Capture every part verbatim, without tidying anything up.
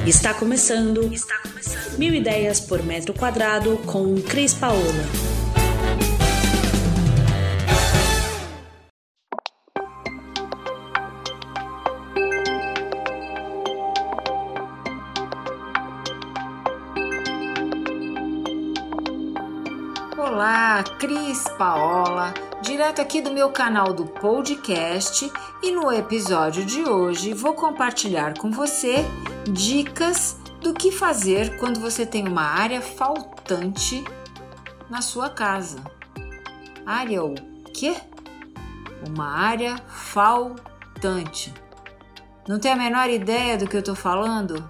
Está começando, Está começando. Mil ideias por metro quadrado com Cris Paola. Olá, Cris Paola, direto aqui do meu canal do podcast, e no episódio de hoje vou compartilhar com você dicas do que fazer quando você tem uma área faltante na sua casa. Área o quê? Uma área faltante. Não tem a menor ideia do que eu estou falando?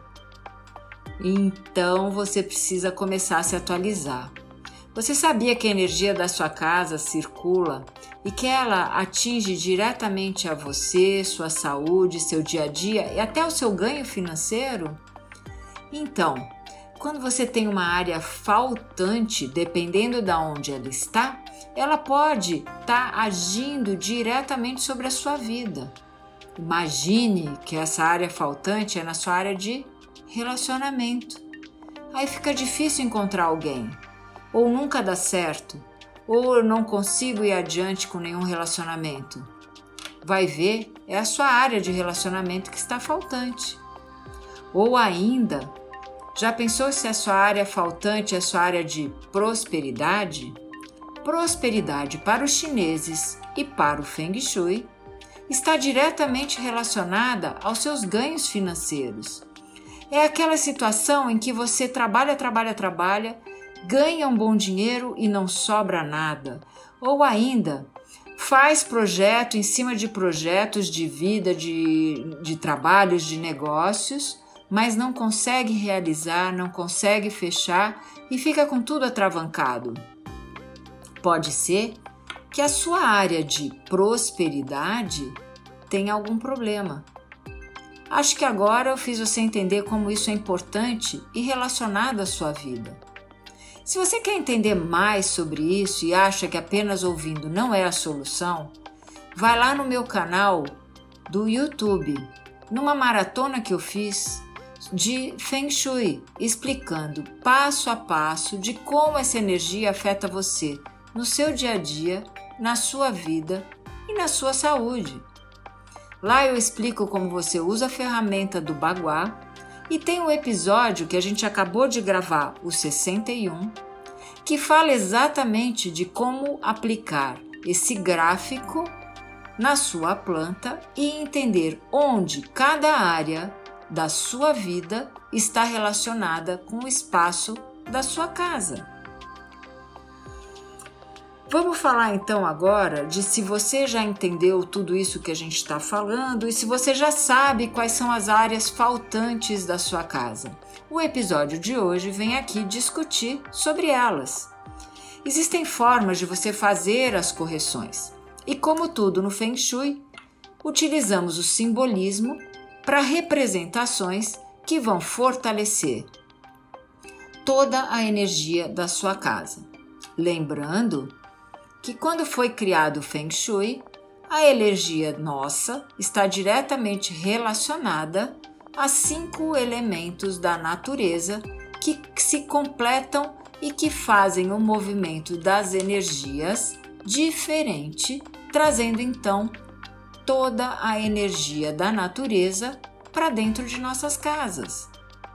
Então você precisa começar a se atualizar. Você sabia que a energia da sua casa circula e que ela atinge diretamente a você, sua saúde, seu dia a dia e até o seu ganho financeiro? Então, quando você tem uma área faltante, dependendo de onde ela está, ela pode estar agindo diretamente sobre a sua vida. Imagine que essa área faltante é na sua área de relacionamento. Aí fica difícil encontrar alguém. Ou nunca dá certo, ou eu não consigo ir adiante com nenhum relacionamento. Vai ver, é a sua área de relacionamento que está faltante. Ou ainda, já pensou se a sua área faltante é a sua área de prosperidade? Prosperidade para os chineses e para o Feng Shui está diretamente relacionada aos seus ganhos financeiros. É aquela situação em que você trabalha, trabalha, trabalha, ganha um bom dinheiro e não sobra nada. Ou ainda, faz projeto em cima de projetos de vida, de, de trabalhos, de negócios, mas não consegue realizar, não consegue fechar e fica com tudo atravancado. Pode ser que a sua área de prosperidade tenha algum problema. Acho que agora eu fiz você entender como isso é importante e relacionado à sua vida. Se você quer entender mais sobre isso e acha que apenas ouvindo não é a solução, vai lá no meu canal do YouTube, numa maratona que eu fiz de Feng Shui, explicando passo a passo de como essa energia afeta você no seu dia a dia, na sua vida e na sua saúde. Lá eu explico como você usa a ferramenta do Baguá. E tem um episódio que a gente acabou de gravar, o sessenta e um, que fala exatamente de como aplicar esse gráfico na sua planta e entender onde cada área da sua vida está relacionada com o espaço da sua casa. Vamos falar então agora de se você já entendeu tudo isso que a gente está falando e se você já sabe quais são as áreas faltantes da sua casa. O episódio de hoje vem aqui discutir sobre elas. Existem formas de você fazer as correções e, como tudo no Feng Shui, utilizamos o simbolismo para representações que vão fortalecer toda a energia da sua casa. Lembrando que quando foi criado o Feng Shui, a energia nossa está diretamente relacionada a cinco elementos da natureza que se completam e que fazem o movimento das energias diferente, trazendo então toda a energia da natureza para dentro de nossas casas.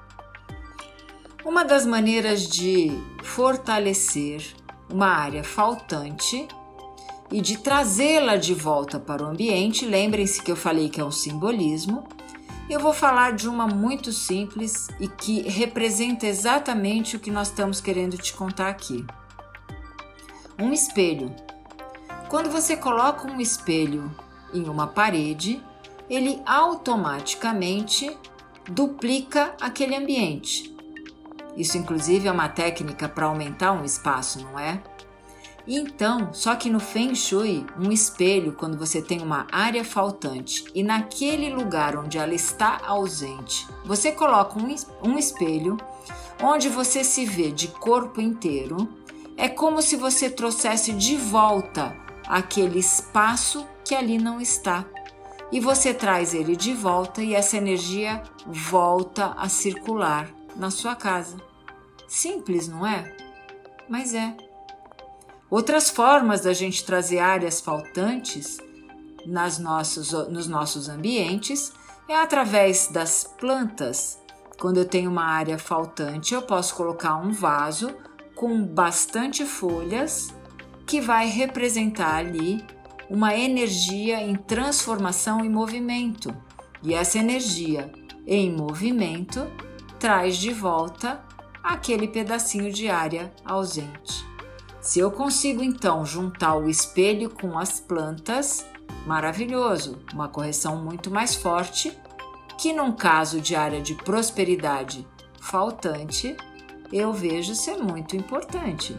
Uma das maneiras de fortalecer uma área faltante e de trazê-la de volta para o ambiente, lembrem-se que eu falei que é um simbolismo, eu vou falar de uma muito simples e que representa exatamente o que nós estamos querendo te contar aqui. Um espelho. Quando você coloca um espelho em uma parede, ele automaticamente duplica aquele ambiente. Isso, inclusive, é uma técnica para aumentar um espaço, não é? Então, só que no Feng Shui, um espelho, quando você tem uma área faltante e naquele lugar onde ela está ausente, você coloca um, um espelho onde você se vê de corpo inteiro, é como se você trouxesse de volta aquele espaço que ali não está. e você traz ele de volta e essa energia volta a circular na sua casa. Simples, não é? Mas é. Outras formas da gente trazer áreas faltantes nas nossos, nos nossos ambientes é através das plantas. Quando eu tenho uma área faltante, eu posso colocar um vaso com bastante folhas que vai representar ali uma energia em transformação e movimento. E essa energia em movimento traz de volta aquele pedacinho de área ausente. Se eu consigo então juntar o espelho com as plantas, maravilhoso, uma correção muito mais forte, que num caso de área de prosperidade faltante, eu vejo ser muito importante.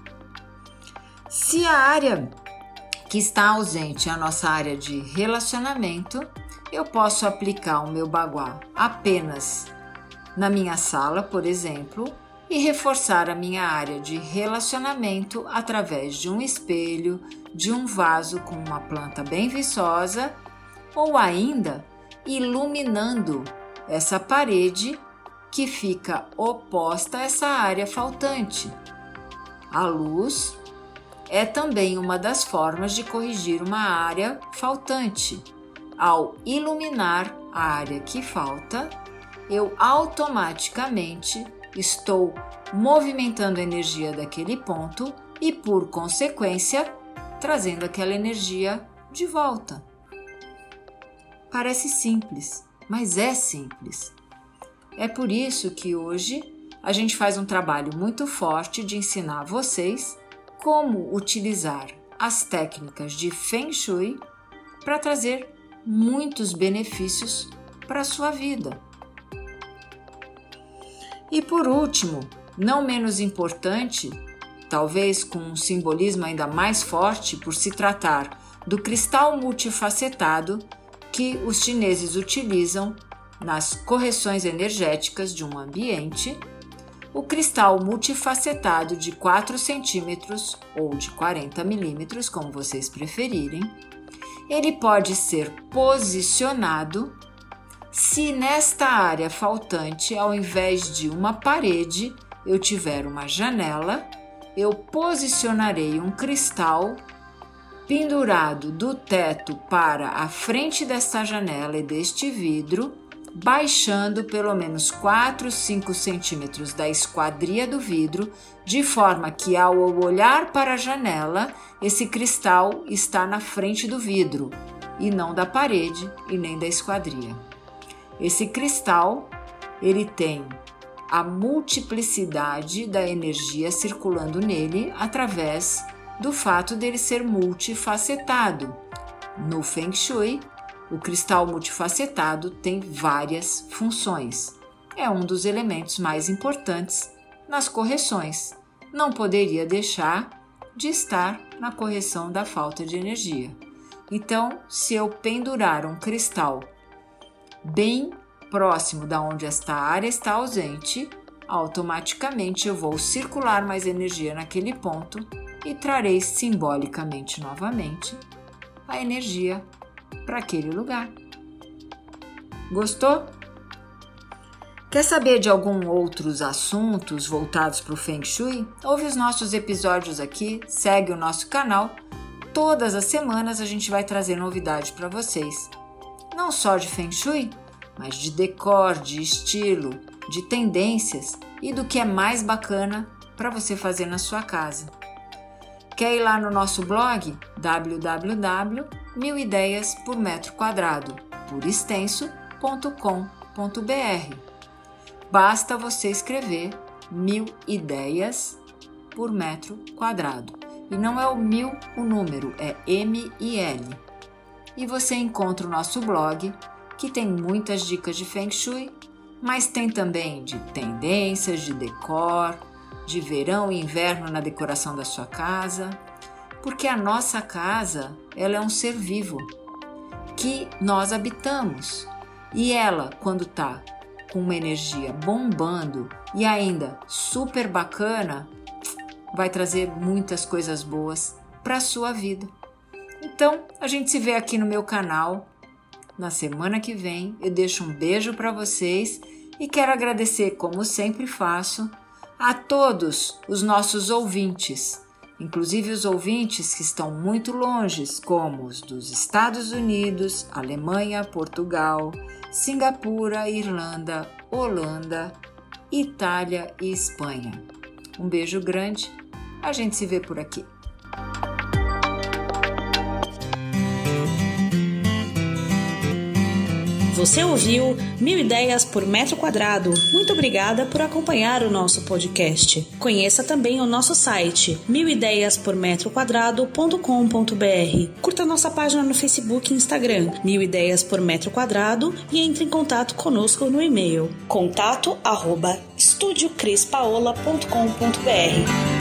Se a área que está ausente é a nossa área de relacionamento, eu posso aplicar o meu baguá apenas na minha sala, por exemplo, e reforçar a minha área de relacionamento através de um espelho, de um vaso com uma planta bem viçosa ou ainda iluminando essa parede que fica oposta a essa área faltante. A luz é também uma das formas de corrigir uma área faltante. Ao iluminar a área que falta, eu automaticamente estou movimentando a energia daquele ponto e, por consequência, trazendo aquela energia de volta. Parece simples, mas é simples. É por isso que hoje a gente faz um trabalho muito forte de ensinar vocês como utilizar as técnicas de Feng Shui para trazer muitos benefícios para a sua vida. E por último, não menos importante, talvez com um simbolismo ainda mais forte por se tratar do cristal multifacetado que os chineses utilizam nas correções energéticas de um ambiente, o cristal multifacetado de quatro centímetros ou de quarenta milímetros, como vocês preferirem, ele pode ser posicionado se nesta área faltante, ao invés de uma parede, eu tiver uma janela, eu posicionarei um cristal pendurado do teto para a frente desta janela e deste vidro, baixando pelo menos quatro, cinco centímetros da esquadria do vidro, de forma que ao olhar para a janela, esse cristal está na frente do vidro e não da parede e nem da esquadria. Esse cristal, ele tem a multiplicidade da energia circulando nele através do fato dele ser multifacetado. No Feng Shui, o cristal multifacetado tem várias funções. É um dos elementos mais importantes nas correções. Não poderia deixar de estar na correção da falta de energia. Então, se eu pendurar um cristal bem próximo da onde esta área está ausente, automaticamente eu vou circular mais energia naquele ponto e trarei simbolicamente novamente a energia para aquele lugar. Gostou? Quer saber de alguns outros assuntos voltados para o Feng Shui? Ouve os nossos episódios aqui, segue o nosso canal. Todas as semanas a gente vai trazer novidade para vocês. Não só de Feng Shui, mas de decor, de estilo, de tendências e do que é mais bacana para você fazer na sua casa. Quer ir lá no nosso blog? w w w ponto mil ideias por metro quadrado, por extenso ponto com ponto b r. Basta você escrever mil ideias por metro quadrado. E não é o mil o número, é M I L. E você encontra o nosso blog, que tem muitas dicas de Feng Shui, mas tem também de tendências, de decor, de verão e inverno na decoração da sua casa, porque a nossa casa, ela é um ser vivo que nós habitamos e ela, quando está com uma energia bombando e ainda super bacana, vai trazer muitas coisas boas para a sua vida. Então, a gente se vê aqui no meu canal Na semana que vem eu deixo um beijo para vocês e quero agradecer, como sempre faço, a todos os nossos ouvintes, inclusive os ouvintes que estão muito longe, como os dos Estados Unidos, Alemanha, Portugal, Singapura, Irlanda, Holanda, Itália e Espanha. Um beijo grande, a gente se vê por aqui. Você ouviu Mil Ideias por Metro Quadrado. Muito obrigada por acompanhar o nosso podcast. Conheça também o nosso site mil ideias por metro quadrado ponto com ponto b r. Curta nossa página no Facebook e Instagram, Mil Ideias por Metro Quadrado, e entre em contato conosco no e-mail contato arroba estúdio cris paola ponto com ponto b r.